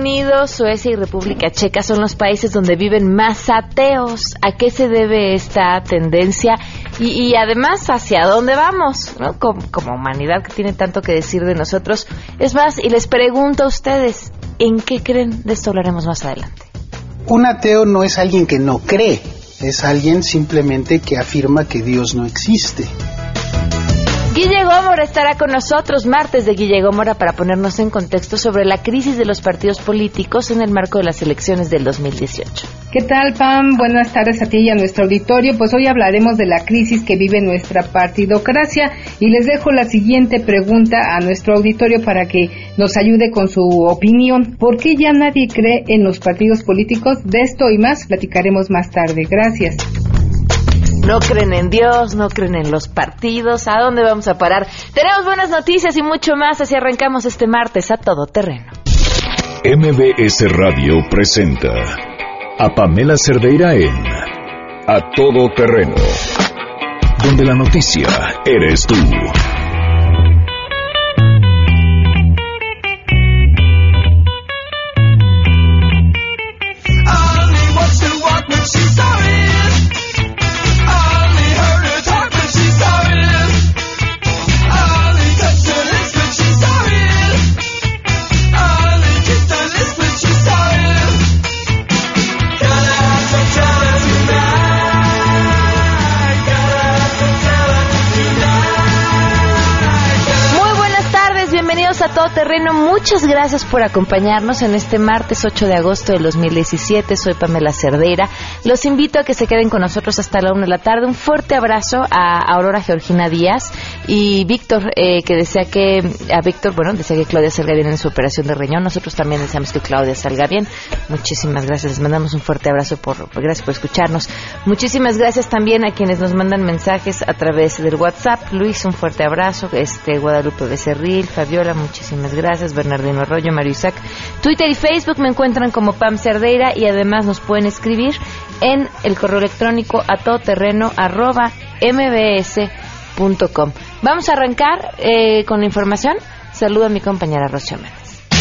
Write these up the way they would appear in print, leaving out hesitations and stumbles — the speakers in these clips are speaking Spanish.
Unido, Suecia y República Checa son los países donde viven más ateos. ¿A qué se debe esta tendencia? Y además, ¿hacia dónde vamos? ¿No? Como humanidad que tiene tanto que decir de nosotros. Es más, y les pregunto a ustedes, ¿en qué creen? De esto hablaremos más adelante. Un ateo no es alguien que no cree, es alguien simplemente que afirma que Dios no existe. Guille Gómora estará con nosotros, martes de Guille Gómora, para ponernos en contexto sobre la crisis de los partidos políticos en el marco de las elecciones del 2018. ¿Qué tal, Pam? Buenas tardes a ti y a nuestro auditorio. Pues hoy hablaremos de la crisis que vive nuestra partidocracia y les dejo la siguiente pregunta a nuestro auditorio para que nos ayude con su opinión. ¿Por qué ya nadie cree en los partidos políticos? De esto y más platicaremos más tarde. Gracias. No creen en Dios, no creen en los partidos. ¿A dónde vamos a parar? Tenemos buenas noticias y mucho más, así arrancamos este martes a todo terreno. MBS Radio presenta a Pamela Cerdeira en A Todo Terreno, donde la noticia eres tú. A todo terreno, muchas gracias por acompañarnos en este martes 8 de agosto del 2017. Soy Pamela Cerdeira. Los invito a que se queden con nosotros hasta la 1 de la tarde. Un fuerte abrazo a Aurora Georgina Díaz y Víctor, que desea que Claudia salga bien en su operación de riñón. Nosotros también deseamos que Claudia salga bien. Muchísimas gracias. Les mandamos un fuerte abrazo. Gracias por escucharnos. Muchísimas gracias también a quienes nos mandan mensajes a través del WhatsApp. Luis, un fuerte abrazo. Guadalupe Becerril, Fabiola, muchísimas gracias. Bernardino Arroyo, Mario Isaac. Twitter y Facebook me encuentran como Pam Cerdeira y además nos pueden escribir en el correo electrónico atodoterreno@mbs.com. Vamos a arrancar con la información. Saludo a mi compañera Rocío Méndez.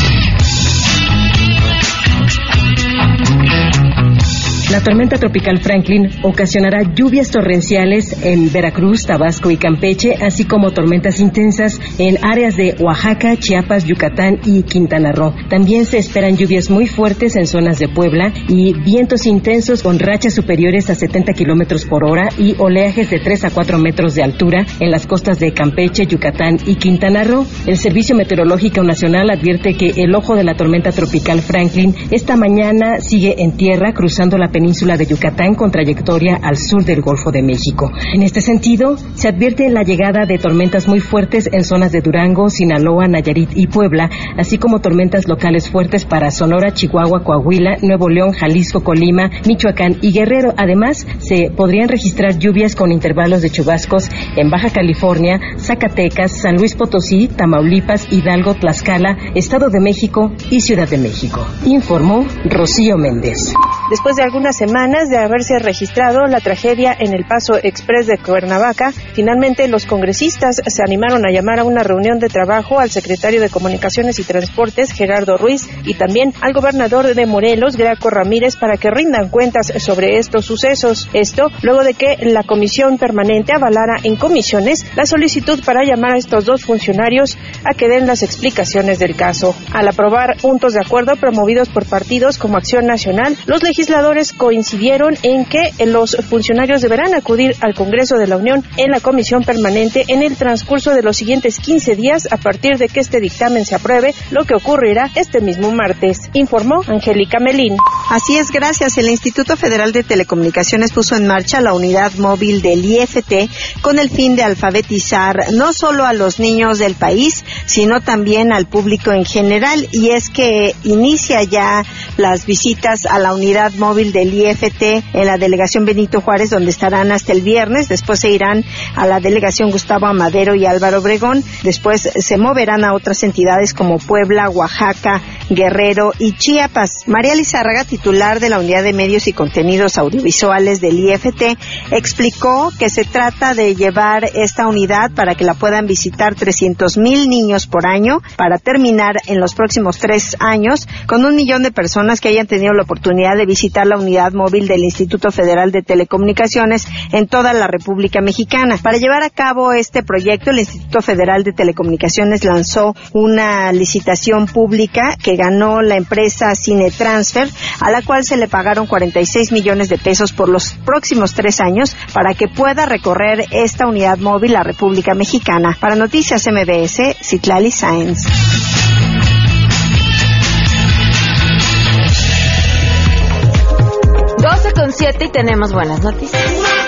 La tormenta tropical Franklin ocasionará lluvias torrenciales en Veracruz, Tabasco y Campeche, así como tormentas intensas en áreas de Oaxaca, Chiapas, Yucatán y Quintana Roo. También se esperan lluvias muy fuertes en zonas de Puebla y vientos intensos con rachas superiores a 70 kilómetros por hora y oleajes de 3 a 4 metros de altura en las costas de Campeche, Yucatán y Quintana Roo. El Servicio Meteorológico Nacional advierte que el ojo de la tormenta tropical Franklin esta mañana sigue en tierra cruzando la península de Yucatán con trayectoria al sur del Golfo de México. En este sentido, se advierte la llegada de tormentas muy fuertes en zonas de Durango, Sinaloa, Nayarit y Puebla, así como tormentas locales fuertes para Sonora, Chihuahua, Coahuila, Nuevo León, Jalisco, Colima, Michoacán y Guerrero. Además, se podrían registrar lluvias con intervalos de chubascos en Baja California, Zacatecas, San Luis Potosí, Tamaulipas, Hidalgo, Tlaxcala, Estado de México y Ciudad de México. Informó Rocío Méndez. Después de algunas semanas de haberse registrado la tragedia en el Paso Express de Cuernavaca, finalmente los congresistas se animaron a llamar a una reunión de trabajo al secretario de Comunicaciones y Transportes, Gerardo Ruiz, y también al gobernador de Morelos, Graco Ramírez, para que rindan cuentas sobre estos sucesos. Esto luego de que la comisión permanente avalara en comisiones la solicitud para llamar a estos dos funcionarios a que den las explicaciones del caso. Al aprobar puntos de acuerdo promovidos por partidos como Acción Nacional, los legisladores coincidieron en que los funcionarios deberán acudir al Congreso de la Unión en la comisión permanente en el transcurso de los siguientes 15 días a partir de que este dictamen se apruebe, lo que ocurrirá este mismo martes, informó Angélica Melín. Así es, gracias. El Instituto Federal de Telecomunicaciones puso en marcha la unidad móvil del IFT con el fin de alfabetizar no solo a los niños del país, sino también al público en general, y es que inicia ya las visitas a la unidad móvil del IFT en la delegación Benito Juárez, donde estarán hasta el viernes. Después se irán a la delegación Gustavo Amadero y Álvaro Obregón. Después se moverán a otras entidades como Puebla, Oaxaca, Guerrero y Chiapas. María Lizárraga, titular de la Unidad de Medios y Contenidos Audiovisuales del IFT, explicó que se trata de llevar esta unidad para que la puedan visitar 300,000 niños niños por año, para terminar en los próximos 3 años con 1 millón de personas que hayan tenido la oportunidad de visitar la unidad móvil del Instituto Federal de Telecomunicaciones en toda la República Mexicana. Para llevar a cabo este proyecto, el Instituto Federal de Telecomunicaciones lanzó una licitación pública que ganó la empresa Cinetransfer, a la cual se le pagaron 46 millones de pesos por los próximos 3 años para que pueda recorrer esta unidad móvil la República Mexicana. Para Noticias MBS, Citlali Sáenz. 12:07 y tenemos buenas noticias.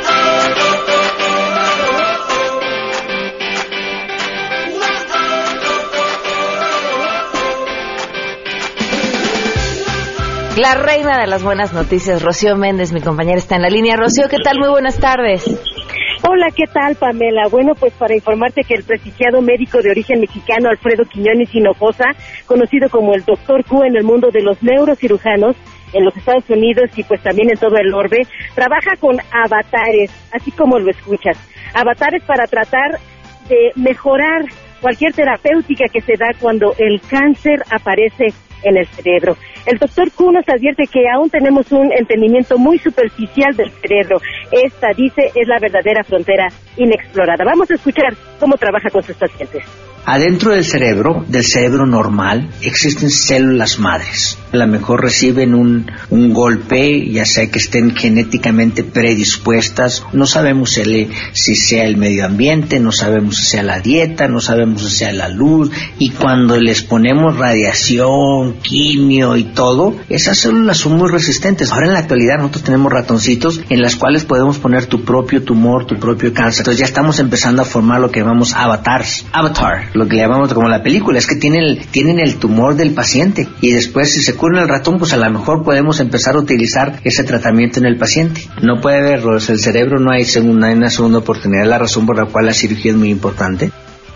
La reina de las buenas noticias, Rocío Méndez, mi compañera, está en la línea. Rocío, ¿qué tal? Muy buenas tardes. Hola, ¿qué tal, Pamela? Bueno, pues para informarte que el prestigiado médico de origen mexicano, Alfredo Quiñones Hinojosa, conocido como el Dr. Q en el mundo de los neurocirujanos en los Estados Unidos y pues también en todo el orbe, trabaja con avatares, así como lo escuchas. Avatares para tratar de mejorar cualquier terapéutica que se da cuando el cáncer aparece en el cerebro. El doctor Q nos advierte que aún tenemos un entendimiento muy superficial del cerebro. Esta, dice, es la verdadera frontera inexplorada. Vamos a escuchar cómo trabaja con sus pacientes. Adentro del cerebro normal, existen células madres. A lo mejor reciben un golpe, ya sea que estén genéticamente predispuestas. No sabemos si sea el medio ambiente, no sabemos si sea la dieta, no sabemos si sea la luz. Y cuando les ponemos radiación, quimio y todo, esas células son muy resistentes. Ahora en la actualidad nosotros tenemos ratoncitos en las cuales podemos poner tu propio tumor, tu propio cáncer. Entonces ya estamos empezando a formar lo que llamamos avatar, lo que le llamamos como la película, es que tienen el tumor del paciente y después si se cura el ratón, pues a lo mejor podemos empezar a utilizar ese tratamiento en el paciente. No puede verlo, el cerebro no hay una segunda oportunidad, es la razón por la cual la cirugía es muy importante.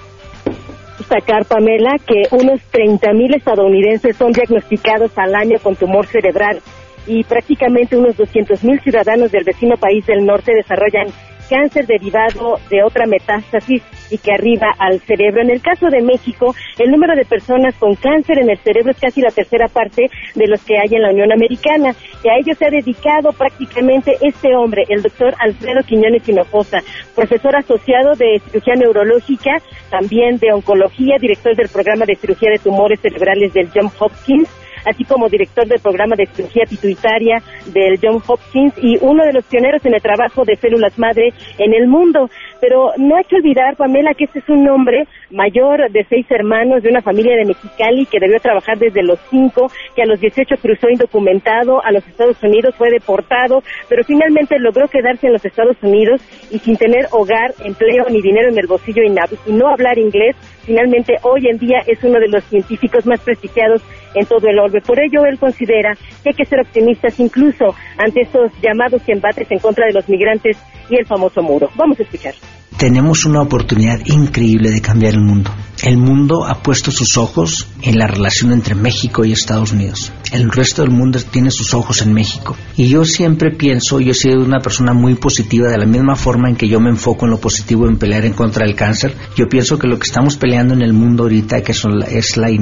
Destacar, Pamela, que unos 30,000 estadounidenses son diagnosticados al año con tumor cerebral y prácticamente unos 200,000 ciudadanos del vecino país del norte desarrollan cáncer derivado de otra metástasis y que arriba al cerebro. En el caso de México, el número de personas con cáncer en el cerebro es casi la tercera parte de los que hay en la Unión Americana, y a ello se ha dedicado prácticamente este hombre, el doctor Alfredo Quiñones Hinojosa, profesor asociado de cirugía neurológica, también de oncología, director del programa de cirugía de tumores cerebrales del Johns Hopkins, así como director del programa de cirugía pituitaria del Johns Hopkins y uno de los pioneros en el trabajo de células madre en el mundo. Pero no hay que olvidar, Pamela, que este es un hombre mayor de 6 hermanos de una familia de Mexicali que debió trabajar desde los 5, que a los 18 cruzó indocumentado a los Estados Unidos, fue deportado, pero finalmente logró quedarse en los Estados Unidos y sin tener hogar, empleo ni dinero en el bolsillo y no hablar inglés, finalmente hoy en día es uno de los científicos más prestigiados en todo el orbe. Por ello, él considera que hay que ser optimistas incluso ante estos llamados embates en contra de los migrantes y el famoso muro. Vamos a escuchar. Tenemos una oportunidad increíble de cambiar el mundo. El mundo ha puesto sus ojos en la relación entre México y Estados Unidos. El resto del mundo tiene sus ojos en México. Y yo siempre pienso, yo he sido una persona muy positiva, de la misma forma en que yo me enfoco en lo positivo en pelear en contra del cáncer. Yo pienso que lo que estamos peleando en el mundo ahorita, que es la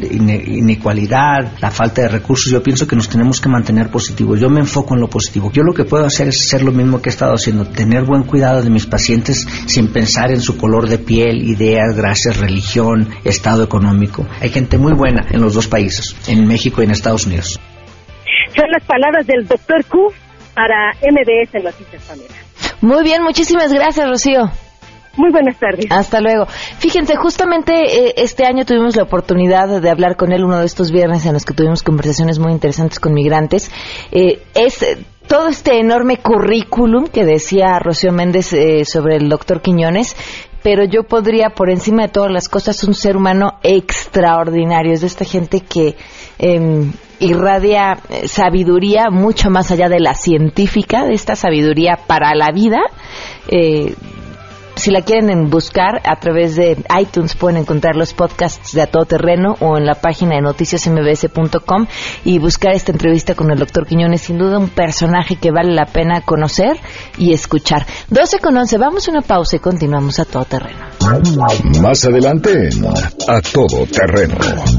inequalidad, la falta de recursos, yo pienso que nos tenemos que mantener positivos. Yo me enfoco en lo positivo. Yo lo que puedo hacer es hacer lo mismo que he estado haciendo, tener buen cuidado de mis pacientes sin pensar en su color de piel, ideas, gracias, religión, estado económico. Hay gente muy buena en los dos países, en México y en Estados Unidos. Son las palabras del Dr. Q para MBS Noticias, Pamela. Muy bien, muchísimas gracias, Rocío. Muy buenas tardes. Hasta luego. Fíjense, justamente este año tuvimos la oportunidad de hablar con él, uno de estos viernes en los que tuvimos conversaciones muy interesantes con migrantes. Todo este enorme currículum que decía Rocío Méndez sobre el doctor Quiñones, pero yo podría, por encima de todas las cosas, un ser humano extraordinario. Es de esta gente que irradia sabiduría mucho más allá de la científica, de esta sabiduría para la vida, si la quieren buscar a través de iTunes, pueden encontrar los podcasts de A Todo Terreno o en la página de noticiasmbs.com y buscar esta entrevista con el doctor Quiñones. Sin duda un personaje que vale la pena conocer y escuchar. 12:11, vamos a una pausa y continuamos A Todo Terreno. Más adelante en A Todo Terreno.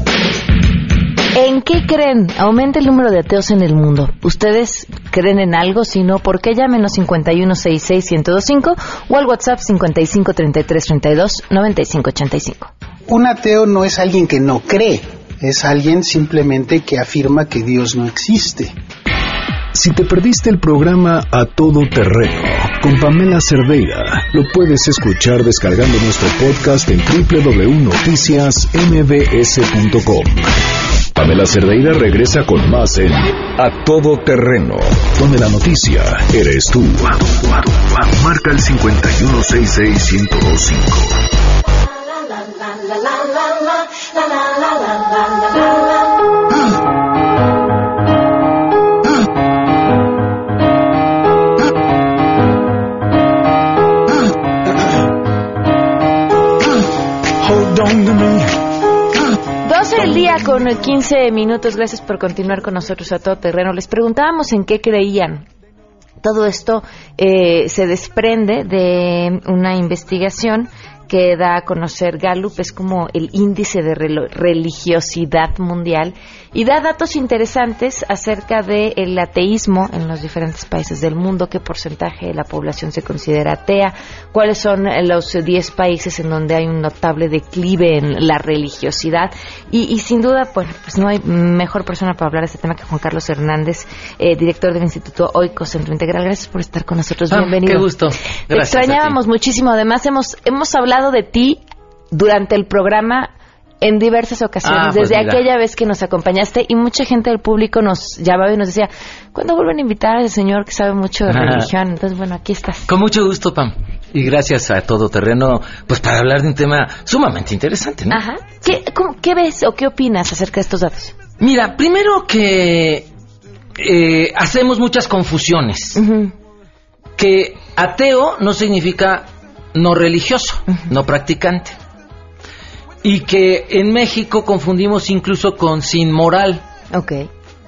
¿En qué creen? Aumenta el número de ateos en el mundo. ¿Ustedes creen en algo? Si no, ¿por qué? Llámenos 5166-1025 o al WhatsApp 553332-9585. Un ateo no es alguien que no cree, es alguien simplemente que afirma que Dios no existe. Si te perdiste el programa A Todo Terreno con Pamela Cerdeira, lo puedes escuchar descargando nuestro podcast en www.noticiasmbs.com. Pamela Cerdeira regresa con más en A Todo Terreno, donde la noticia eres tú. Marca el 5166-1025. El día con 15 minutos. Gracias por continuar con nosotros A Todo Terreno. Les preguntábamos en qué creían. Todo esto se desprende de una investigación que da a conocer Gallup, es como el índice de religiosidad mundial, y da datos interesantes acerca del ateísmo en los diferentes países del mundo, qué porcentaje de la población se considera atea, cuáles son los 10 países en donde hay un notable declive en la religiosidad, y sin duda, bueno, pues no hay mejor persona para hablar de este tema que Juan Carlos Hernández, director del Instituto Oikos Centro Integral. Gracias por estar con nosotros, bienvenido. Qué gusto. Gracias. Te extrañábamos muchísimo, además hemos hablado de ti durante el programa en diversas ocasiones, pues desde mira, aquella vez que nos acompañaste, y mucha gente del público nos llamaba y nos decía, ¿cuándo vuelven a invitar al señor que sabe mucho de religión? Entonces, bueno, aquí estás. Con mucho gusto, Pam. Y gracias a Todo Terreno, pues para hablar de un tema sumamente interesante, ¿no? Ajá. ¿Qué ves o qué opinas acerca de estos datos? Mira, primero que hacemos muchas confusiones. Uh-huh. Que ateo no significa no religioso, uh-huh, no practicante. Y que en México confundimos incluso con sin moral. Okay.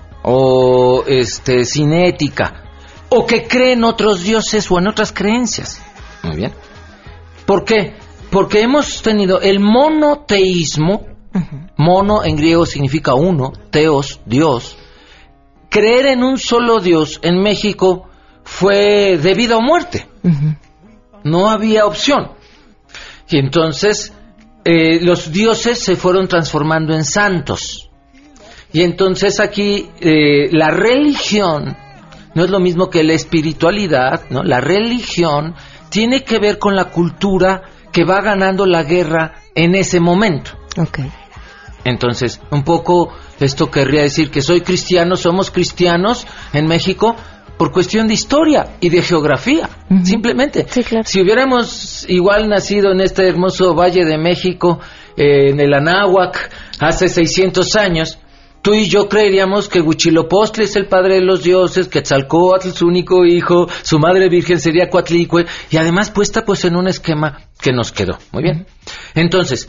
O sin ética. O que cree en otros dioses o en otras creencias. Muy bien. ¿Por qué? Porque hemos tenido el monoteísmo. Uh-huh. Mono en griego significa uno, teos, Dios. Creer en un solo Dios en México fue de vida o muerte. Uh-huh. No había opción. Y entonces los dioses se fueron transformando en santos. Y entonces aquí la religión no es lo mismo que la espiritualidad, ¿no? La religión tiene que ver con la cultura que va ganando la guerra en ese momento. Okay. Entonces, un poco esto querría decir que soy cristiano, somos cristianos en México por cuestión de historia y de geografía, uh-huh, simplemente. Sí, claro. Si hubiéramos igual nacido en este hermoso Valle de México, en el Anáhuac, hace 600 años, tú y yo creeríamos que Huitzilopochtli es el padre de los dioses, que Quetzalcóatl, su único hijo, su madre virgen sería Coatlicue, y además puesta pues en un esquema que nos quedó. Muy bien. Entonces,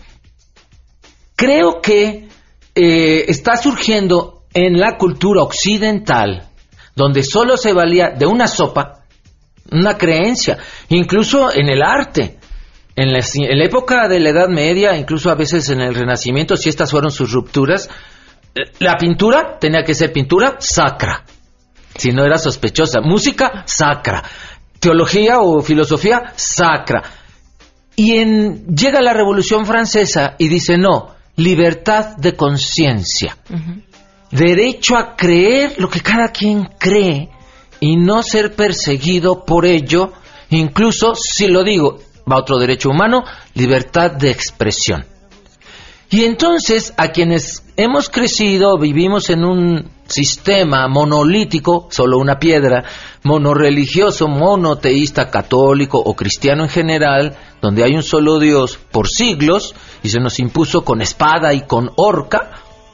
creo que está surgiendo en la cultura occidental, donde solo se valía de una sopa, una creencia, incluso en el arte. En la época de la Edad Media, incluso a veces en el Renacimiento, si estas fueron sus rupturas, la pintura tenía que ser pintura sacra, si no era sospechosa. Música sacra, teología o filosofía sacra. Y llega la Revolución Francesa y dice no, libertad de conciencia, uh-huh, derecho a creer lo que cada quien cree y no ser perseguido por ello, incluso si lo digo, va otro derecho humano, libertad de expresión. Y entonces a quienes hemos crecido, vivimos en un sistema monolítico, solo una piedra, monorreligioso, monoteísta, católico o cristiano en general, donde hay un solo Dios por siglos y se nos impuso con espada y con horca,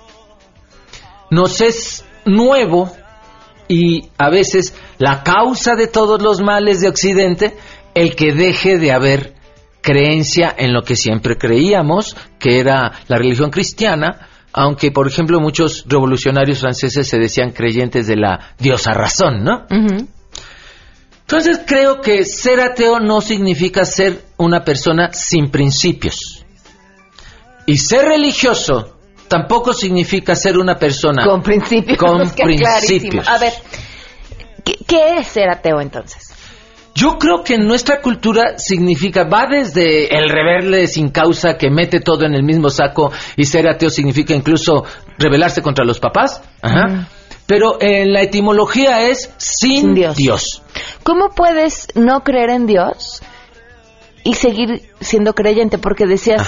nos es nuevo y a veces la causa de todos los males de Occidente el que deje de haber creencia en lo que siempre creíamos, que era la religión cristiana, aunque, por ejemplo, muchos revolucionarios franceses se decían creyentes de la diosa razón, ¿no? Uh-huh. Entonces creo que ser ateo no significa ser una persona sin principios. Y ser religioso tampoco significa ser una persona con principios. Con principios. A ver, ¿qué es ser ateo entonces? Yo creo que en nuestra cultura va desde el rebelde sin causa que mete todo en el mismo saco, y ser ateo significa incluso rebelarse contra los papás. Ajá. Uh-huh. Pero en la etimología es sin Dios. ¿Cómo puedes no creer en Dios y seguir siendo creyente? Porque decías...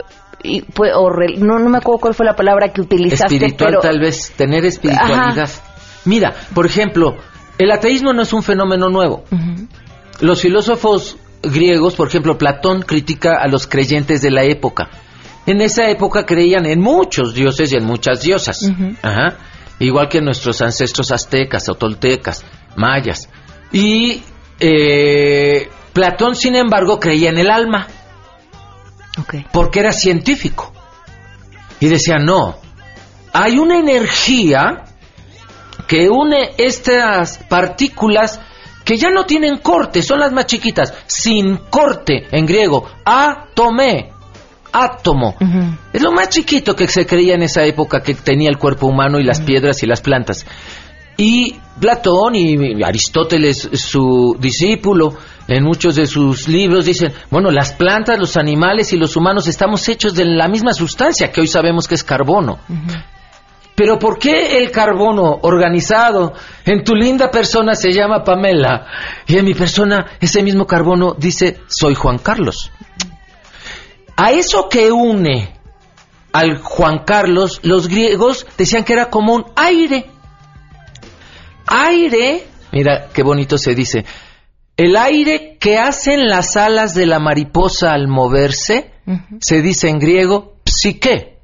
no me acuerdo cuál fue la palabra que utilizaste. Espiritual, pero... tal vez, tener espiritualidad. Ajá. Mira, por ejemplo, el ateísmo no es un fenómeno nuevo. Uh-huh. Los filósofos griegos, por ejemplo, Platón critica a los creyentes de la época. En esa época creían en muchos dioses y en muchas diosas. Uh-huh. Ajá. Igual que nuestros ancestros aztecas o toltecas, mayas. Y Platón, sin embargo, creía en el alma. Okay. Porque era científico. Y decía, no, hay una energía que une estas partículas que ya no tienen corte, son las más chiquitas, sin corte, en griego, átomo. Uh-huh. Es lo más chiquito que se creía en esa época que tenía el cuerpo humano y las piedras y las plantas. Y Platón y Aristóteles, su discípulo, en muchos de sus libros dicen, bueno, las plantas, los animales y los humanos estamos hechos de la misma sustancia que hoy sabemos que es carbono. Uh-huh. Pero ¿por qué el carbono organizado en tu linda persona se llama Pamela y en mi persona ese mismo carbono dice soy Juan Carlos? A eso que une al Juan Carlos, los griegos decían que era como un aire. Aire, mira qué bonito se dice, el aire que hacen las alas de la mariposa al moverse, uh-huh, se dice en griego psique.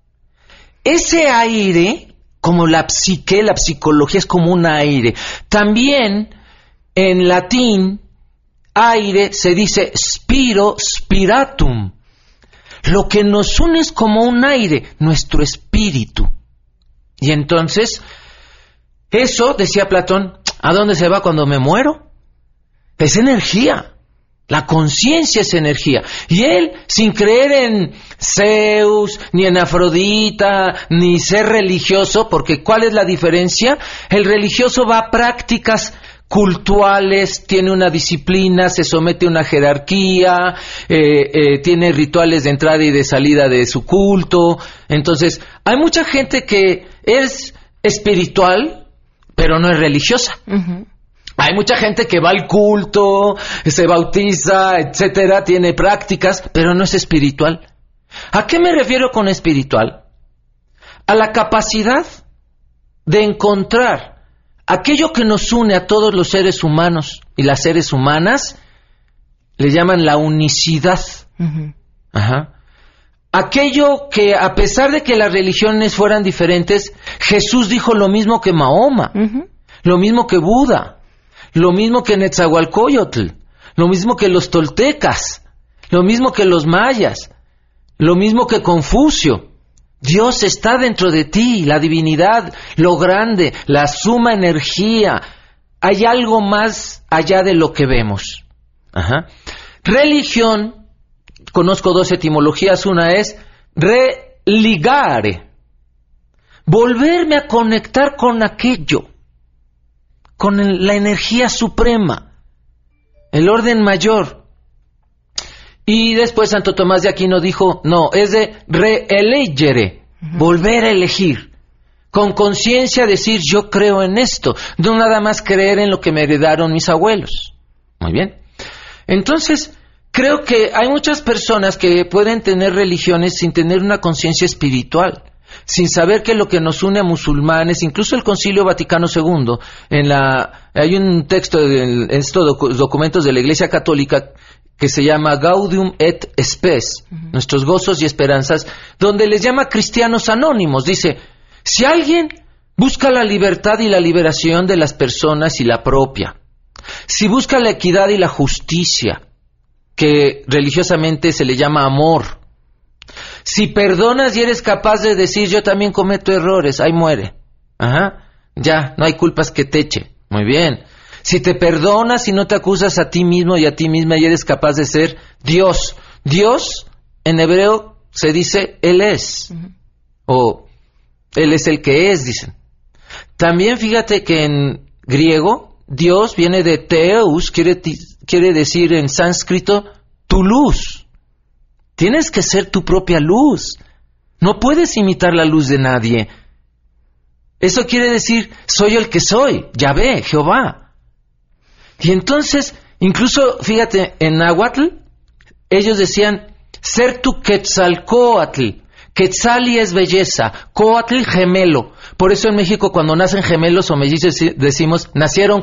Ese aire, como la psique, la psicología es como un aire. También en latín, aire se dice spiro, spiratum. Lo que nos une es como un aire, nuestro espíritu. Y entonces, eso, decía Platón, ¿a dónde se va cuando me muero? Es energía. La conciencia es energía. Y él, sin creer en Zeus, ni en Afrodita, ni ser religioso, porque ¿cuál es la diferencia? El religioso va a prácticas cultuales, tiene una disciplina, se somete a una jerarquía, tiene rituales de entrada y de salida de su culto. Entonces, hay mucha gente que es espiritual, pero no es religiosa. Uh-huh. Hay mucha gente que va al culto, se bautiza, etcétera, tiene prácticas, pero no es espiritual. ¿A qué me refiero con espiritual? A la capacidad de encontrar aquello que nos une a todos los seres humanos y las seres humanas, le llaman la unicidad. Uh-huh. Ajá. Aquello que, a pesar de que las religiones fueran diferentes, Jesús dijo lo mismo que Mahoma, uh-huh, lo mismo que Buda, lo mismo que Netzahualcóyotl, lo mismo que los toltecas, lo mismo que los mayas, lo mismo que Confucio. Dios está dentro de ti, la divinidad, lo grande, la suma energía. Hay algo más allá de lo que vemos. Ajá. Religión, conozco dos etimologías. Una es religare, volverme a conectar con aquello, con la energía suprema, el orden mayor. Y después Santo Tomás de Aquino dijo, no, es de reelegere, uh-huh, volver a elegir, con conciencia decir yo creo en esto, no nada más creer en lo que me heredaron mis abuelos. Muy bien. Entonces, creo que hay muchas personas que pueden tener religiones sin tener una conciencia espiritual, sin saber que lo que nos une a musulmanes, incluso el Concilio Vaticano II, hay un texto en estos documentos de la Iglesia Católica que se llama Gaudium et Spes, uh-huh, nuestros gozos y esperanzas, donde les llama cristianos anónimos. Dice, si alguien busca la libertad y la liberación de las personas y la propia, si busca la equidad y la justicia, que religiosamente se le llama amor. Si perdonas y eres capaz de decir, yo también cometo errores, ahí muere. Ajá, ya, no hay culpas que te eche. Muy bien. Si te perdonas y no te acusas a ti mismo y a ti misma y eres capaz de ser Dios. Dios, en hebreo, se dice Él es. O Él es el que es, dicen. También fíjate que en griego, Dios viene de Theos, quiere decir en sánscrito, tu luz. Tienes que ser tu propia luz. No puedes imitar la luz de nadie. Eso quiere decir, soy el que soy, Yahvé, Jehová. Y entonces, incluso, fíjate, en náhuatl, ellos decían, ser tu Quetzalcóatl. Quetzali es belleza, Coatl gemelo. Por eso en México cuando nacen gemelos o mellizos decimos, nacieron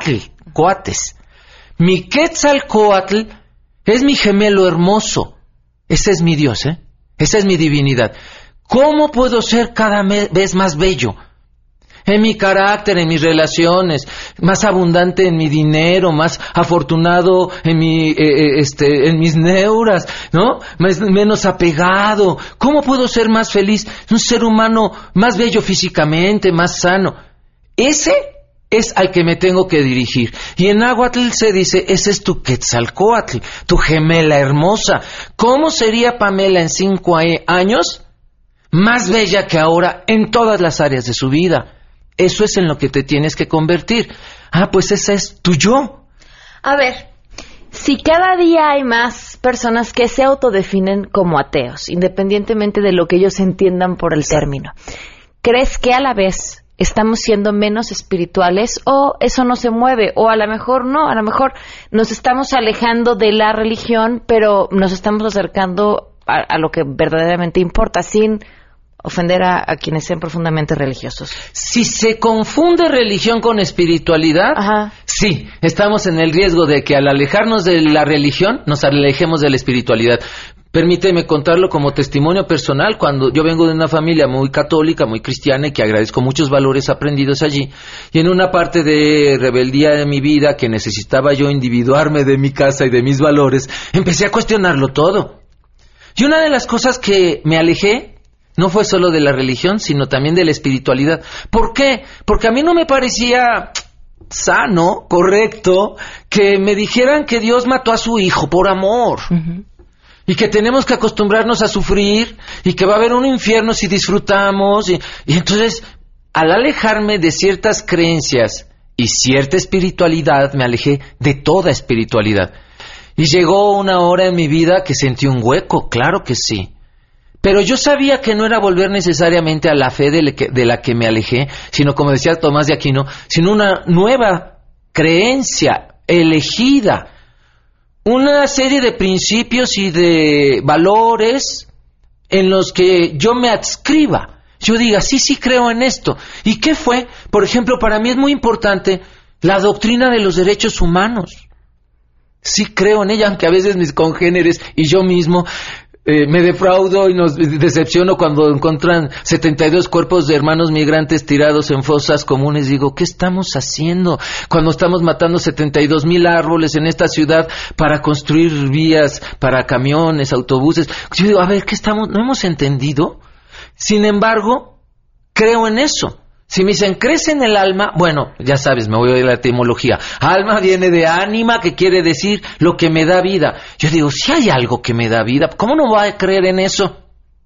coates. Mi Quetzalcóatl es mi gemelo hermoso. Ese es mi Dios, esa es mi divinidad. ¿Cómo puedo ser cada vez más bello? En mi carácter, en mis relaciones, más abundante en mi dinero, más afortunado en en mis neuras, ¿no? Menos apegado. ¿Cómo puedo ser más feliz? Un ser humano más bello físicamente, más sano. Ese es al que me tengo que dirigir. Y en náhuatl se dice, ese es tu Quetzalcóatl, tu gemela hermosa. ¿Cómo sería Pamela en 5 años? Más bella que ahora en todas las áreas de su vida. Eso es en lo que te tienes que convertir. Pues ese es tu yo. A ver, si cada día hay más personas que se autodefinen como ateos, independientemente de lo que ellos entiendan por el término, ¿crees que a la vez estamos siendo menos espirituales o eso no se mueve? O a lo mejor no, a lo mejor nos estamos alejando de la religión, pero nos estamos acercando a lo que verdaderamente importa, sin ofender a quienes sean profundamente religiosos. Si se confunde religión con espiritualidad, sí, estamos en el riesgo de que al alejarnos de la religión, nos alejemos de la espiritualidad. Permíteme contarlo como testimonio personal. Cuando yo vengo de una familia muy católica, muy cristiana, y que agradezco muchos valores aprendidos allí, y en una parte de rebeldía de mi vida, que necesitaba yo individuarme de mi casa y de mis valores, empecé a cuestionarlo todo. Y una de las cosas que me alejé no fue solo de la religión, sino también de la espiritualidad. ¿Por qué? Porque a mí no me parecía sano, correcto, que me dijeran que Dios mató a su hijo por amor. Y que tenemos que acostumbrarnos a sufrir, y que va a haber un infierno si disfrutamos. Y entonces, al alejarme de ciertas creencias y cierta espiritualidad, me alejé de toda espiritualidad. Y llegó una hora en mi vida que sentí un hueco, claro que sí. Pero yo sabía que no era volver necesariamente a la fe de la que me alejé, sino, como decía Tomás de Aquino, sino una nueva creencia elegida, una serie de principios y de valores en los que yo me adscriba. Yo diga, sí creo en esto. ¿Y qué fue? Por ejemplo, para mí es muy importante la doctrina de los derechos humanos. Sí creo en ella, aunque a veces mis congéneres y yo mismo me defraudo y nos decepciono cuando encuentran 72 cuerpos de hermanos migrantes tirados en fosas comunes. Digo, ¿qué estamos haciendo? Cuando estamos matando 72,000 árboles en esta ciudad para construir vías para camiones, autobuses. Yo digo, a ver, ¿qué estamos? ¿No hemos entendido? Sin embargo, creo en eso. Si me dicen, ¿crees en el alma? Bueno, ya sabes, me voy a ir a la etimología. Alma viene de ánima, que quiere decir lo que me da vida. Yo digo, si hay algo que me da vida, ¿cómo no voy a creer en eso?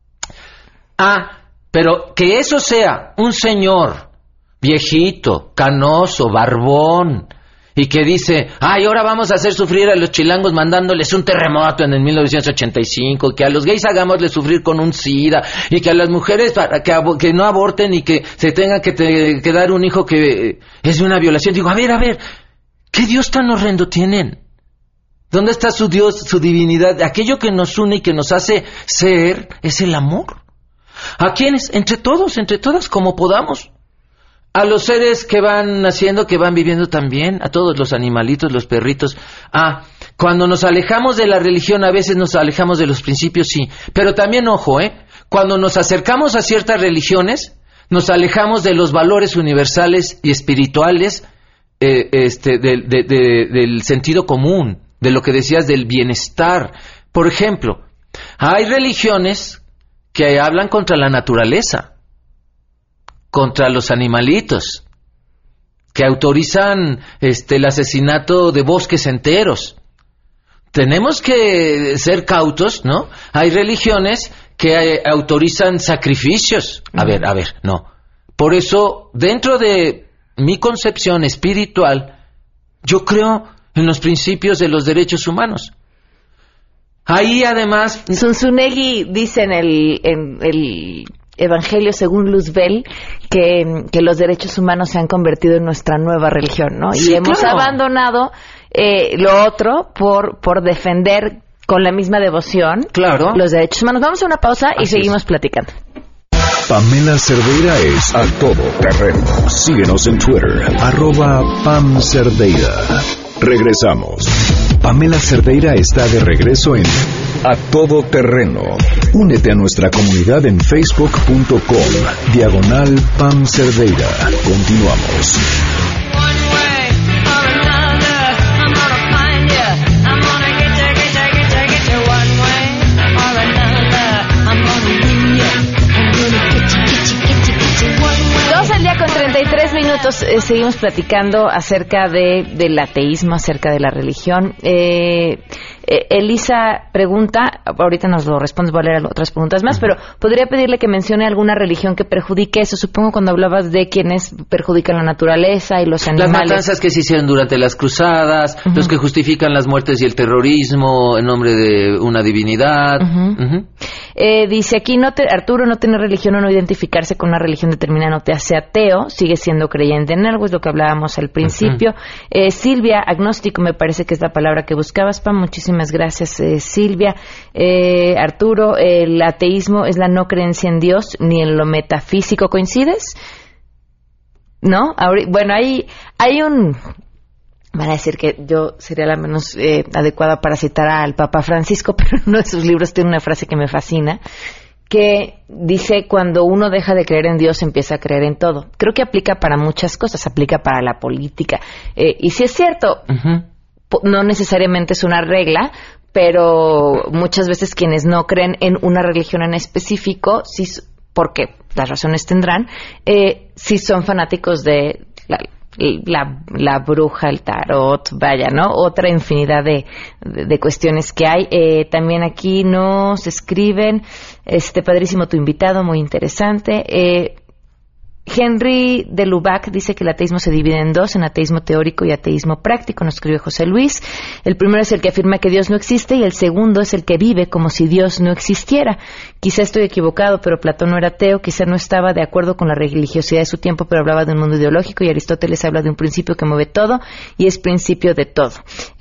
Pero que eso sea un señor viejito, canoso, barbón, y que dice, ahora vamos a hacer sufrir a los chilangos mandándoles un terremoto en el 1985, que a los gays hagámosle sufrir con un SIDA, y que a las mujeres para que no aborten y que se tenga que dar un hijo que es de una violación. Digo, a ver, ¿qué Dios tan horrendo tienen? ¿Dónde está su Dios, su divinidad? Aquello que nos une y que nos hace ser es el amor. ¿A quiénes? Entre todos, entre todas, como podamos. A los seres que van naciendo, que van viviendo también, a todos los animalitos, los perritos. Cuando nos alejamos de la religión, a veces nos alejamos de los principios, sí. Pero también, ojo, cuando nos acercamos a ciertas religiones, nos alejamos de los valores universales y espirituales del sentido común. de lo que decías del bienestar. Por ejemplo, hay religiones que hablan contra la naturaleza, contra los animalitos, que autorizan el asesinato de bosques enteros. Tenemos que ser cautos, ¿no? Hay religiones que autorizan sacrificios. A ver, no. Por eso, dentro de mi concepción espiritual, yo creo en los principios de los derechos humanos. Ahí, además... Zunzunegui dice en el Evangelio según Luzbel que los derechos humanos se han convertido en nuestra nueva religión, ¿no? Sí, y hemos claro. abandonado lo otro por defender con la misma devoción los derechos humanos. Vamos a una pausa y seguimos platicando. Pamela Cerdeira es A Todo Terreno. Síguenos en Twitter, @PamCerdeira. Regresamos. Pamela Cerdeira está de regreso en A Todo Terreno. Únete a nuestra comunidad en facebook.com/Pam Cerdeira. Continuamos. Con 33 minutos seguimos platicando acerca del ateísmo, acerca de la religión. Elisa pregunta, ahorita nos lo responde, voy a leer otras preguntas más, pero podría pedirle que mencione alguna religión que perjudique eso. Supongo cuando hablabas de quienes perjudican la naturaleza y los animales. Las matanzas que se hicieron durante las cruzadas, los que justifican las muertes y el terrorismo en nombre de una divinidad. Dice aquí, Arturo, no tener religión o no identificarse con una religión determinada no te hace ateo, sigue siendo creyente en algo, es lo que hablábamos al principio. Silvia, agnóstico me parece que es la palabra que buscabas, Pam, muchísimas gracias, Silvia. Arturo, el ateísmo es la no creencia en Dios ni en lo metafísico, ¿coincides? ¿No? Bueno, hay un... Van a decir que yo sería la menos adecuada para citar al Papa Francisco, pero en uno de sus libros tiene una frase que me fascina, que dice, cuando uno deja de creer en Dios, empieza a creer en todo. Creo que aplica para muchas cosas, aplica para la política. Y si es cierto, no necesariamente es una regla, pero muchas veces quienes no creen en una religión en específico, sí, porque las razones tendrán, sí son fanáticos de la bruja, el tarot, vaya, ¿no? Otra infinidad de cuestiones que hay. También aquí nos escriben, padrísimo tu invitado, muy interesante. Henry de Lubac dice que el ateísmo se divide en dos, en ateísmo teórico y ateísmo práctico, nos escribe José Luis. El primero es el que afirma que Dios no existe y el segundo es el que vive como si Dios no existiera. Quizá estoy equivocado, pero Platón no era ateo, quizá no estaba de acuerdo con la religiosidad de su tiempo, pero hablaba de un mundo ideológico, y Aristóteles habla de un principio que mueve todo y es principio de todo.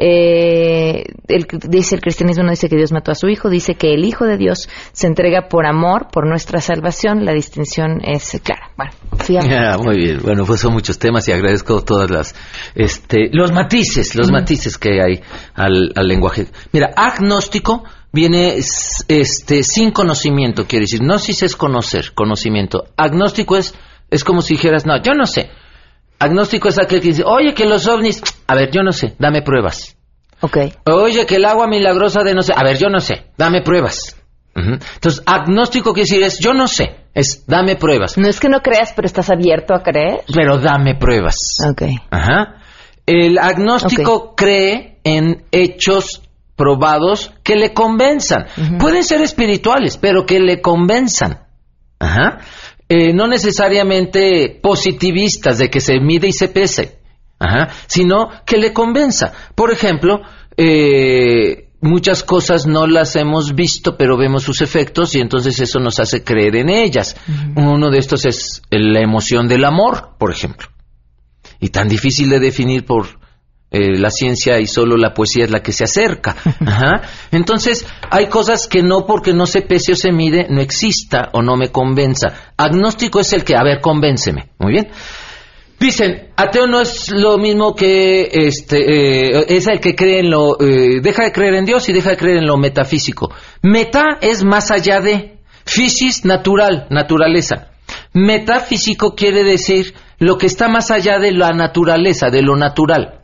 Dice el cristianismo no dice que Dios mató a su hijo, dice que el Hijo de Dios se entrega por amor, por nuestra salvación. La distinción es clara. Bueno, muy bien. Bueno, pues son muchos temas y agradezco todas las los matices que hay al lenguaje. Mira, agnóstico viene sin conocimiento, quiere decir. Gnosis es conocer, conocimiento. Agnóstico es como si dijeras, no, yo no sé. Agnóstico es aquel que dice, oye, que los ovnis, a ver, yo no sé, dame pruebas. Okay. Oye, que el agua milagrosa de no sé, a ver, yo no sé, dame pruebas. Entonces, agnóstico quiere decir es yo no sé, es dame pruebas. No es que no creas, pero estás abierto a creer. Pero dame pruebas. Okay. El agnóstico cree en hechos probados que le convenzan. Pueden ser espirituales, pero que le convenzan. No necesariamente positivistas de que se mide y se pese, sino que le convenza. Por ejemplo, muchas cosas no las hemos visto, pero vemos sus efectos y entonces eso nos hace creer en ellas. Uno de estos es la emoción del amor, por ejemplo. Y tan difícil de definir por la ciencia y solo la poesía es la que se acerca. Entonces, hay cosas que no porque no se pese o se mide, no exista o no me convenza. Agnóstico es el que, a ver, convénceme. Muy bien. Dicen, ateo no es lo mismo que es el que cree en lo deja de creer en Dios y deja de creer en lo metafísico. Meta es más allá de, physis natural, naturaleza. Metafísico quiere decir lo que está más allá de la naturaleza, de lo natural.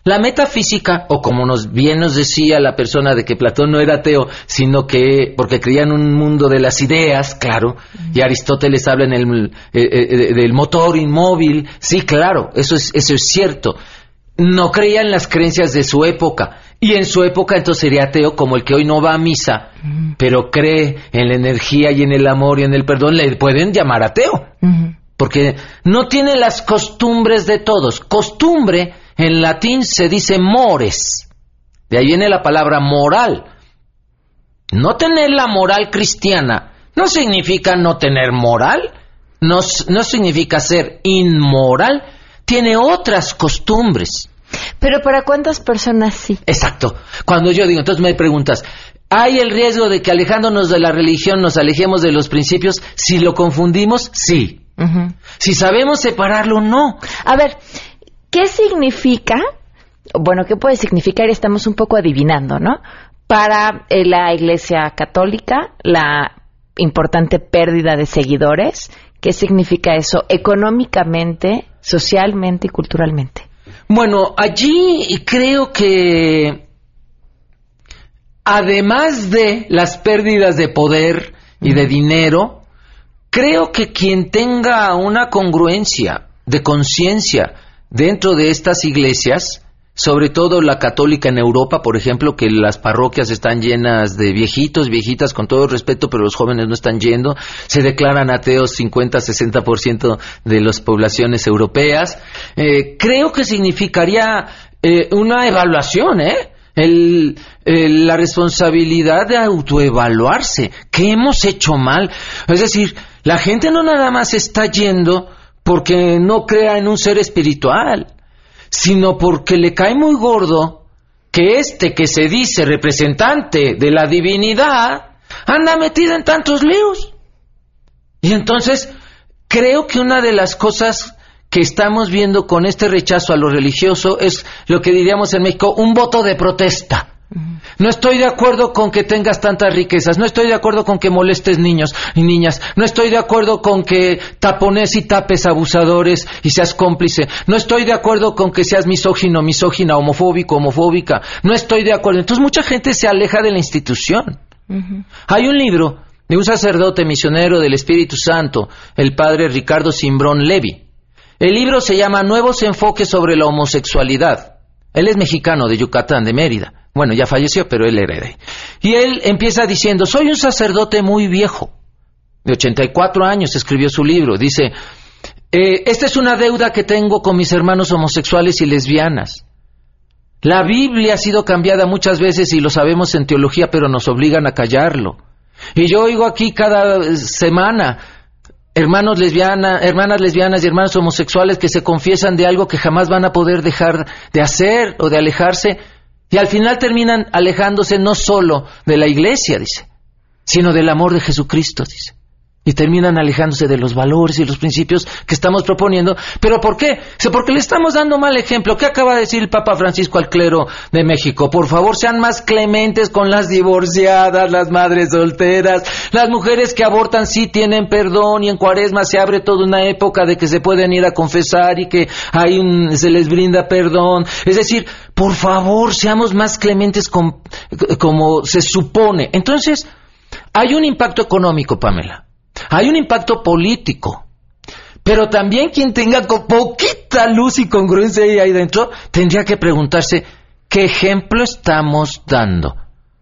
La metafísica, o como bien nos decía la persona de que Platón no era ateo, sino que porque creía en un mundo de las ideas, claro, y Aristóteles habla en del motor inmóvil, sí, claro, eso es cierto. No creía en las creencias de su época, y en su época entonces sería ateo como el que hoy no va a misa, pero cree en la energía y en el amor y en el perdón, le pueden llamar ateo, porque no tiene las costumbres de todos. Costumbre en latín se dice mores, de ahí viene la palabra moral. No tener la moral cristiana no significa no tener moral, no significa ser inmoral, tiene otras costumbres. Pero ¿para cuántas personas sí? Exacto. Cuando yo digo, entonces me preguntas, ¿hay el riesgo de que alejándonos de la religión nos alejemos de los principios? Si lo confundimos, sí. Si sabemos separarlo, no. A ver, ¿qué significa? Bueno, ¿qué puede significar? Estamos un poco adivinando, ¿no? Para la Iglesia Católica, la importante pérdida de seguidores. ¿Qué significa eso económicamente, socialmente y culturalmente? Bueno, allí creo que además de las pérdidas de poder y de dinero, creo que quien tenga una congruencia de conciencia dentro de estas iglesias, sobre todo la católica en Europa, por ejemplo, que las parroquias están llenas de viejitos, viejitas, con todo el respeto, pero los jóvenes no están yendo, se declaran ateos 50-60% de las poblaciones europeas. Creo que significaría una evaluación, la responsabilidad de autoevaluarse. ¿Qué hemos hecho mal? Es decir, la gente no nada más está yendo porque no crea en un ser espiritual, sino porque le cae muy gordo que que se dice representante de la divinidad anda metido en tantos líos. Y entonces creo que una de las cosas que estamos viendo con este rechazo a lo religioso es lo que diríamos en México, un voto de protesta. No estoy de acuerdo con que tengas tantas riquezas, no estoy de acuerdo con que molestes niños y niñas, no estoy de acuerdo con que tapones y tapes abusadores y seas cómplice, no estoy de acuerdo con que seas misógino, misógina, homofóbico, homofóbica, no estoy de acuerdo. Entonces mucha gente se aleja de la institución. Hay un libro de un sacerdote misionero del Espíritu Santo, el padre Ricardo Cimbrón Levi. El libro se llama Nuevos enfoques sobre la homosexualidad. Él es mexicano, de Yucatán, de Mérida. Bueno, ya falleció, pero él era de ahí. Y él empieza diciendo, soy un sacerdote muy viejo, de 84 años, escribió su libro. Dice, esta es una deuda que tengo con mis hermanos homosexuales y lesbianas. La Biblia ha sido cambiada muchas veces y lo sabemos en teología, pero nos obligan a callarlo. Y yo oigo aquí cada semana hermanas lesbianas y hermanos homosexuales que se confiesan de algo que jamás van a poder dejar de hacer o de alejarse. Y al final terminan alejándose no solo de la iglesia, dice, sino del amor de Jesucristo, dice. Y terminan alejándose de los valores y los principios que estamos proponiendo. ¿Pero por qué? Porque le estamos dando mal ejemplo. ¿Qué acaba de decir el Papa Francisco al clero de México? Por favor, sean más clementes con las divorciadas, las madres solteras, las mujeres que abortan sí tienen perdón, y en Cuaresma se abre toda una época de que se pueden ir a confesar y que se les brinda perdón. Es decir, por favor, seamos más clementes como se supone. Entonces, hay un impacto económico, Pamela. Hay un impacto político, pero también quien tenga poquita luz y congruencia ahí dentro tendría que preguntarse ¿qué ejemplo estamos dando?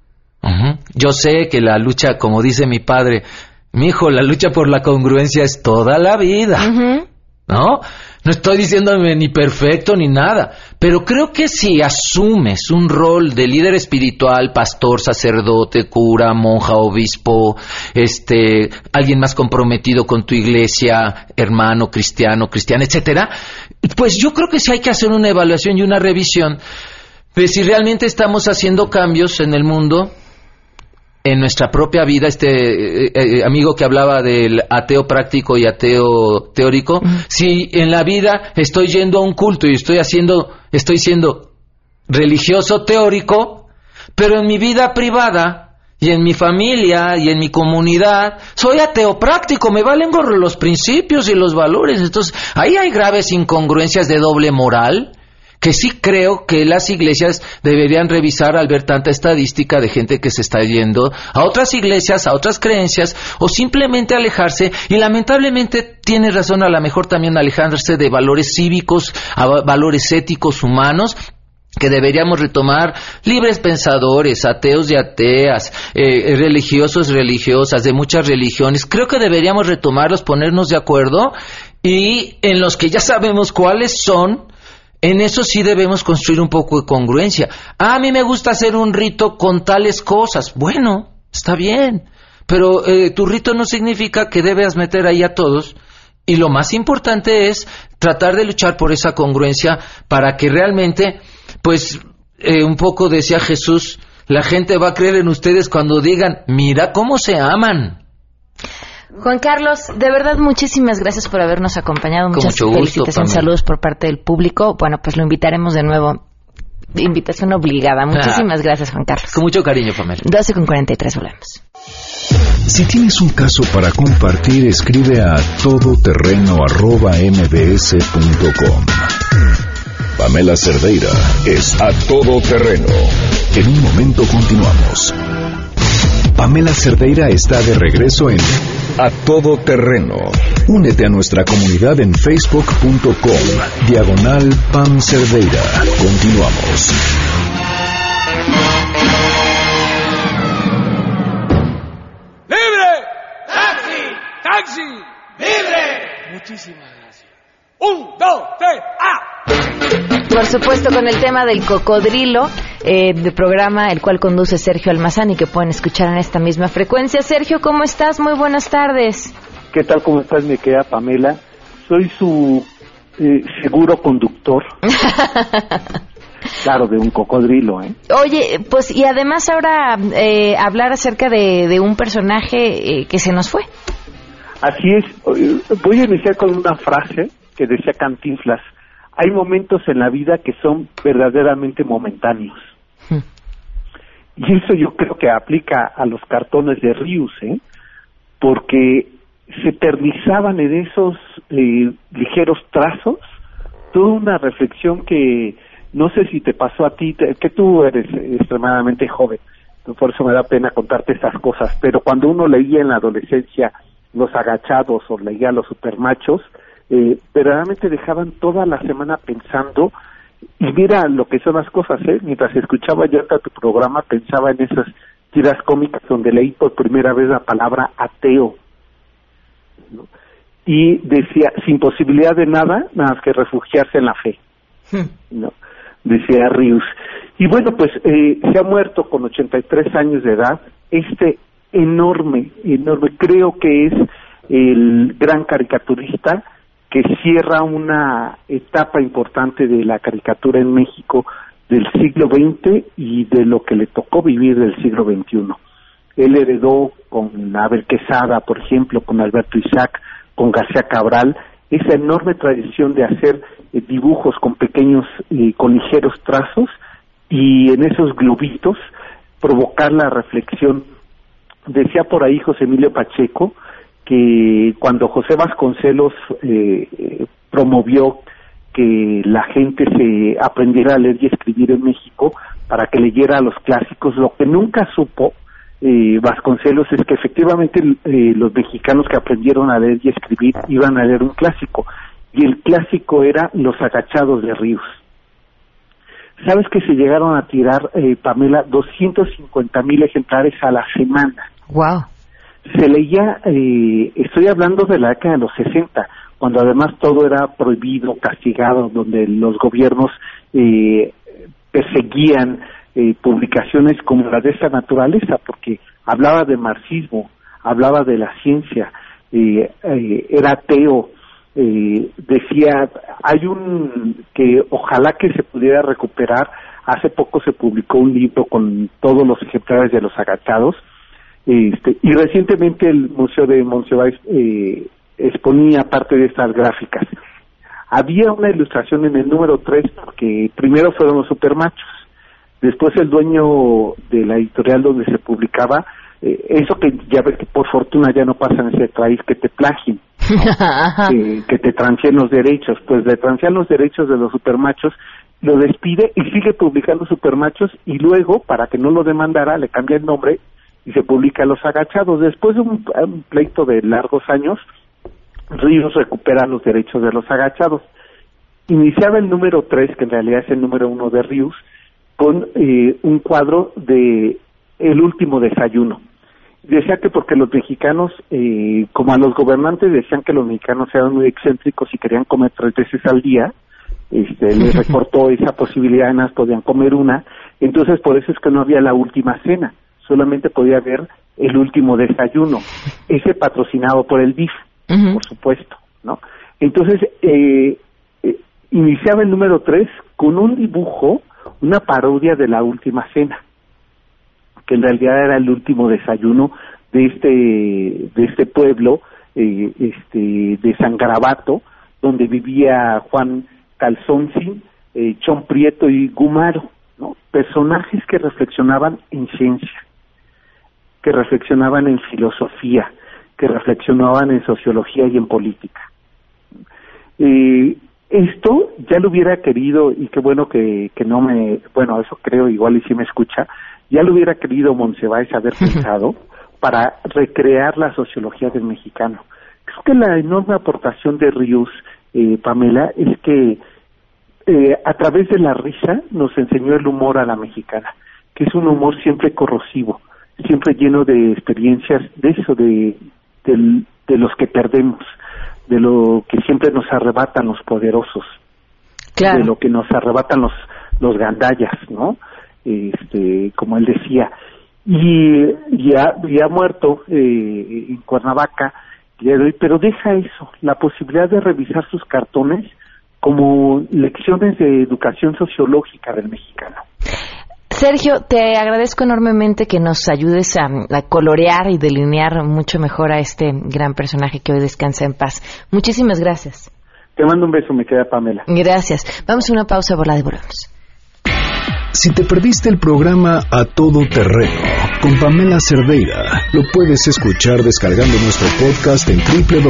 Yo sé que la lucha, como dice mi padre, mijo, la lucha por la congruencia es toda la vida, ¿no? No estoy diciéndome ni perfecto ni nada, pero creo que si asumes un rol de líder espiritual, pastor, sacerdote, cura, monja, obispo, alguien más comprometido con tu iglesia, hermano, cristiana, etcétera, pues yo creo que sí hay que hacer una evaluación y una revisión de si realmente estamos haciendo cambios en el mundo, en nuestra propia vida. Amigo que hablaba del ateo práctico y ateo teórico, si en la vida estoy yendo a un culto y estoy siendo religioso teórico, pero en mi vida privada y en mi familia y en mi comunidad soy ateo práctico, me valen gorro los principios y los valores. Entonces ahí hay graves incongruencias de doble moral que sí creo que las iglesias deberían revisar al ver tanta estadística de gente que se está yendo a otras iglesias, a otras creencias, o simplemente alejarse, y lamentablemente tiene razón, a lo mejor también alejarse de valores cívicos, a valores éticos humanos, que deberíamos retomar, libres pensadores, ateos y ateas, religiosos, religiosas, de muchas religiones. Creo que deberíamos retomarlos, ponernos de acuerdo, y en los que ya sabemos cuáles son, en eso sí debemos construir un poco de congruencia. A mí me gusta hacer un rito con tales cosas. Bueno, está bien, pero tu rito no significa que debas meter ahí a todos. Y lo más importante es tratar de luchar por esa congruencia para que realmente, pues, un poco decía Jesús, la gente va a creer en ustedes cuando digan, mira cómo se aman. Juan Carlos, de verdad, muchísimas gracias por habernos acompañado. Muchas felicitaciones, saludos por parte del público. Bueno, pues lo invitaremos de nuevo. Invitación obligada. Muchísimas gracias, Juan Carlos. Con mucho cariño, Pamela. 12:43, volvemos. Si tienes un caso para compartir, escribe a todoterreno@mbs.com. Pamela Cerdeira es A Todo Terreno. En un momento continuamos. Pamela Cerdeira está de regreso en A Todo Terreno. Únete a nuestra comunidad en facebook.com/Pam Cerdeira. Continuamos. ¡Libre! ¡Taxi! ¡Taxi! ¡Libre! Muchísimas gracias. 1, 2, 3, ¡ah! Por supuesto, con el tema del cocodrilo, del programa el cual conduce Sergio Almazán y que pueden escuchar en esta misma frecuencia. Sergio, ¿cómo estás? Muy buenas tardes. ¿Qué tal? ¿Cómo estás, mi querida Pamela? Soy su seguro conductor. Claro, de un cocodrilo, ¿eh? Oye, pues y además ahora hablar acerca de un personaje que se nos fue. Así es. Voy a iniciar con una frase que decía Cantinflas. Hay momentos en la vida que son verdaderamente momentáneos. Y eso yo creo que aplica a los cartones de Rius, porque se eternizaban en esos ligeros trazos toda una reflexión que no sé si te pasó a ti, que tú eres extremadamente joven, por eso me da pena contarte estas cosas, pero cuando uno leía en la adolescencia Los Agachados o leía Los Supermachos, verdaderamente dejaban toda la semana pensando, y mira lo que son las cosas, mientras escuchaba yo tu programa pensaba en esas tiras cómicas donde leí por primera vez la palabra ateo, ¿no? Y decía, sin posibilidad de nada más que refugiarse en la fe, ¿no? Decía Rius. Y bueno, pues se ha muerto con 83 años de edad enorme, creo que es el gran caricaturista que cierra una etapa importante de la caricatura en México del siglo XX y de lo que le tocó vivir del siglo XXI. Él heredó con Abel Quesada, por ejemplo, con Alberto Isaac, con García Cabral, esa enorme tradición de hacer dibujos con pequeños, con ligeros trazos, y en esos globitos provocar la reflexión. Decía por ahí José Emilio Pacheco que cuando José Vasconcelos promovió que la gente se aprendiera a leer y escribir en México para que leyera los clásicos, lo que nunca supo Vasconcelos es que efectivamente los mexicanos que aprendieron a leer y escribir iban a leer un clásico, y el clásico era Los Agachados de Rius. ¿Sabes que se llegaron a tirar, Pamela, 250,000 ejemplares a la semana? Wow. Se leía, estoy hablando de la década de los 60, cuando además todo era prohibido, castigado, donde los gobiernos perseguían publicaciones como la de esta naturaleza, porque hablaba de marxismo, hablaba de la ciencia, era ateo, decía, hay que ojalá que se pudiera recuperar. Hace poco se publicó un libro con todos los ejemplares de Los Agachados, y recientemente el Museo de Monsiváis exponía parte de estas gráficas. Había una ilustración en el número 3, porque primero fueron Los Supermachos, después el dueño de la editorial donde se publicaba, eso que ya ves que por fortuna ya no pasa en ese país, que te plagien, ¿no? que te transfieran los derechos, pues le transfieran los derechos de Los Supermachos, lo despide y sigue publicando Supermachos, y luego, para que no lo demandara, le cambia el nombre y se publica Los Agachados. Después de un pleito de largos años, Ríos recupera los derechos de Los Agachados. Iniciaba el número 3, que en realidad es el número 1 de Ríos, con un cuadro de El Último Desayuno. Decía que porque los mexicanos, como a los gobernantes decían que los mexicanos eran muy excéntricos y querían comer 3 veces al día, les recortó esa posibilidad, nada más podían comer una. Entonces por eso es que no había la última cena, solamente podía haber el último desayuno, ese patrocinado por el DIF, por supuesto, ¿no? Entonces iniciaba el número 3 con un dibujo, una parodia de la última cena, que en realidad era el último desayuno de este pueblo, de San Garabato, donde vivía Juan Calzoncin, Chon Prieto y Gumaro, ¿no? Personajes que reflexionaban en ciencia, que reflexionaban en filosofía, que reflexionaban en sociología y en política. Esto ya lo hubiera querido, y qué bueno que no bueno, eso creo, igual y si me escucha, ya lo hubiera querido Monsiváis haber pensado para recrear la sociología del mexicano. Creo que la enorme aportación de Ríos, Pamela, es que a través de la risa nos enseñó el humor a la mexicana, que es un humor siempre corrosivo, siempre lleno de experiencias de eso, de los que perdemos, de lo que siempre nos arrebatan los poderosos, claro, de lo que nos arrebatan los gandallas, ¿no? Como él decía, y ha muerto en Cuernavaca, pero deja eso, la posibilidad de revisar sus cartones como lecciones de educación sociológica del mexicano. Sergio, te agradezco enormemente que nos ayudes a colorear y delinear mucho mejor a este gran personaje que hoy descansa en paz. Muchísimas gracias. Te mando un beso, mi querida Pamela. Gracias. Vamos a una pausa, volada y volvemos. Si te perdiste el programa A Todo Terreno con Pamela Cerdeira, lo puedes escuchar descargando nuestro podcast en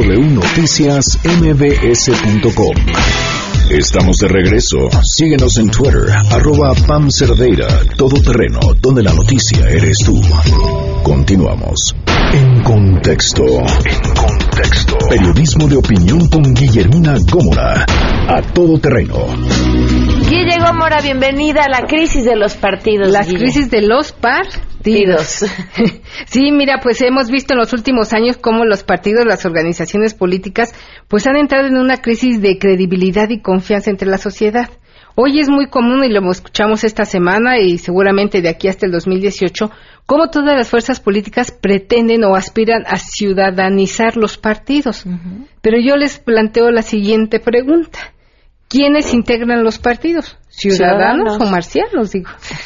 www.noticiasmbs.com. Estamos de regreso. Síguenos en Twitter, @PamCerdeira, Todoterreno, donde la noticia eres tú. Continuamos. En contexto. Periodismo de opinión con Guillermina Gómora. A Todo Terreno. Guille Gómora, bienvenida a la crisis de los partidos. La crisis de los partidos. Sí, mira, pues hemos visto en los últimos años cómo los partidos, las organizaciones políticas, pues han entrado en una crisis de credibilidad y confianza entre la sociedad. Hoy es muy común, y lo escuchamos esta semana y seguramente de aquí hasta el 2018, cómo todas las fuerzas políticas pretenden o aspiran a ciudadanizar los partidos. Uh-huh. Pero yo les planteo la siguiente pregunta. ¿Quiénes integran los partidos? ¿Ciudadanos o marcianos? Digo.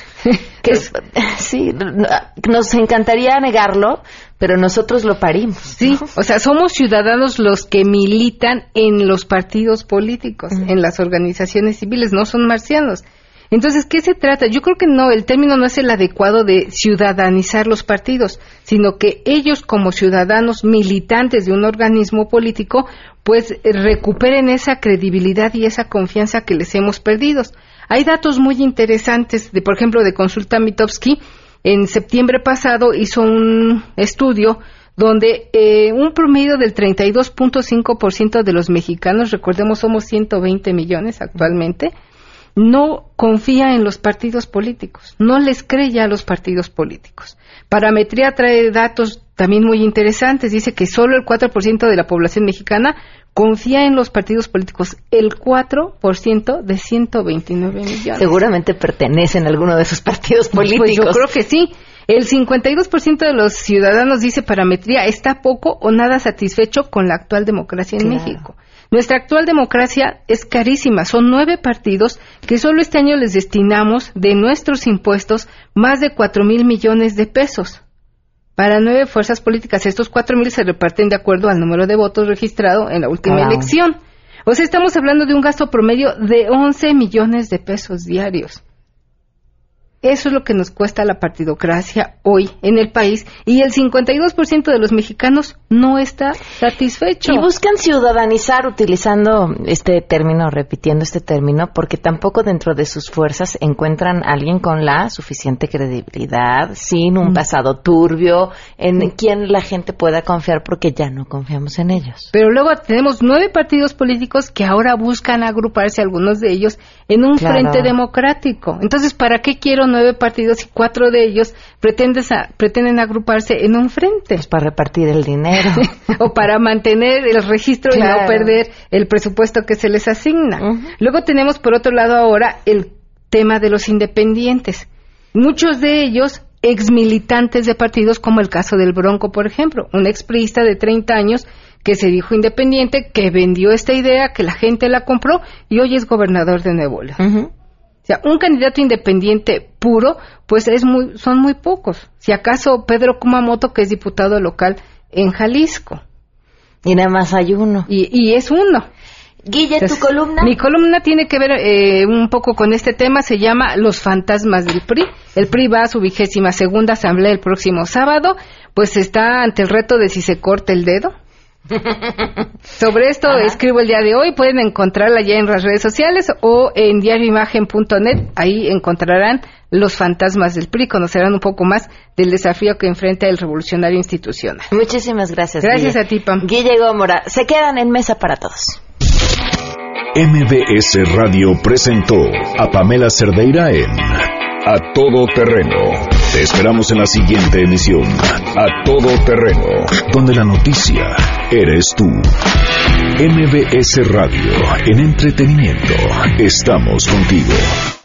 Sí, nos encantaría negarlo, pero nosotros lo parimos, ¿no? Sí, o sea, somos ciudadanos los que militan en los partidos políticos, en las organizaciones civiles, no son marcianos. Entonces, ¿qué se trata? Yo creo que no, el término no es el adecuado de ciudadanizar los partidos, sino que ellos como ciudadanos militantes de un organismo político, pues recuperen esa credibilidad y esa confianza que les hemos perdido. Hay datos muy interesantes, por ejemplo, de Consulta Mitofsky. En septiembre pasado hizo un estudio donde un promedio del 32.5% de los mexicanos, recordemos somos 120 millones actualmente, no confía en los partidos políticos, no les cree ya a los partidos políticos. Parametría trae datos también muy interesantes, dice que solo el 4% de la población mexicana confía en los partidos políticos, el 4% de 129 millones. Seguramente pertenecen a alguno de esos partidos políticos. Pues yo creo que sí. El 52% de los ciudadanos, dice Parametría, está poco o nada satisfecho con la actual democracia en México. Nuestra actual democracia es carísima. Son 9 partidos que solo este año les destinamos de nuestros impuestos más de 4,000 millones de pesos. Para 9 fuerzas políticas, estos 4,000 se reparten de acuerdo al número de votos registrado en la última elección. O sea, estamos hablando de un gasto promedio de 11 millones de pesos diarios. Eso es lo que nos cuesta la partidocracia hoy en el país, y el 52% de los mexicanos no está satisfecho. Y buscan ciudadanizar utilizando repitiendo este término, porque tampoco dentro de sus fuerzas encuentran a alguien con la suficiente credibilidad, sin un pasado turbio, en quien la gente pueda confiar, porque ya no confiamos en ellos. Pero luego tenemos 9 partidos políticos que ahora buscan agruparse, algunos de ellos, en un frente democrático. Entonces, ¿para qué quiero 9 partidos y 4 de ellos pretenden agruparse en un frente? Pues para repartir el dinero. O para mantener el registro y no perder el presupuesto que se les asigna. Luego tenemos, por otro lado, ahora el tema de los independientes. Muchos de ellos exmilitantes de partidos, como el caso del Bronco, por ejemplo, un expriista de 30 años que se dijo independiente, que vendió esta idea, que la gente la compró y hoy es gobernador de Nuevo León. O sea, un candidato independiente puro, pues son muy pocos. Si acaso Pedro Kumamoto, que es diputado local en Jalisco. Y nada más hay uno. Y es uno. Guille, ¿tu columna? Mi columna tiene que ver un poco con este tema, se llama Los fantasmas del PRI. El PRI va a su 22ª asamblea el próximo sábado, pues está ante el reto de si se corta el dedo. Sobre esto escribo el día de hoy, pueden encontrarla ya en las redes sociales o en diarioimagen.net, ahí encontrarán Los fantasmas del PRI, conocerán un poco más del desafío que enfrenta el revolucionario institucional. Muchísimas gracias. Gracias Guille. a ti, Pam. Guille Gómora, se quedan en Mesa para Todos. MBS Radio presentó a Pamela Cerdeira en A Todo Terreno. Te esperamos en la siguiente emisión, A Todo Terreno, donde la noticia eres tú. MBS Radio, en entretenimiento, estamos contigo.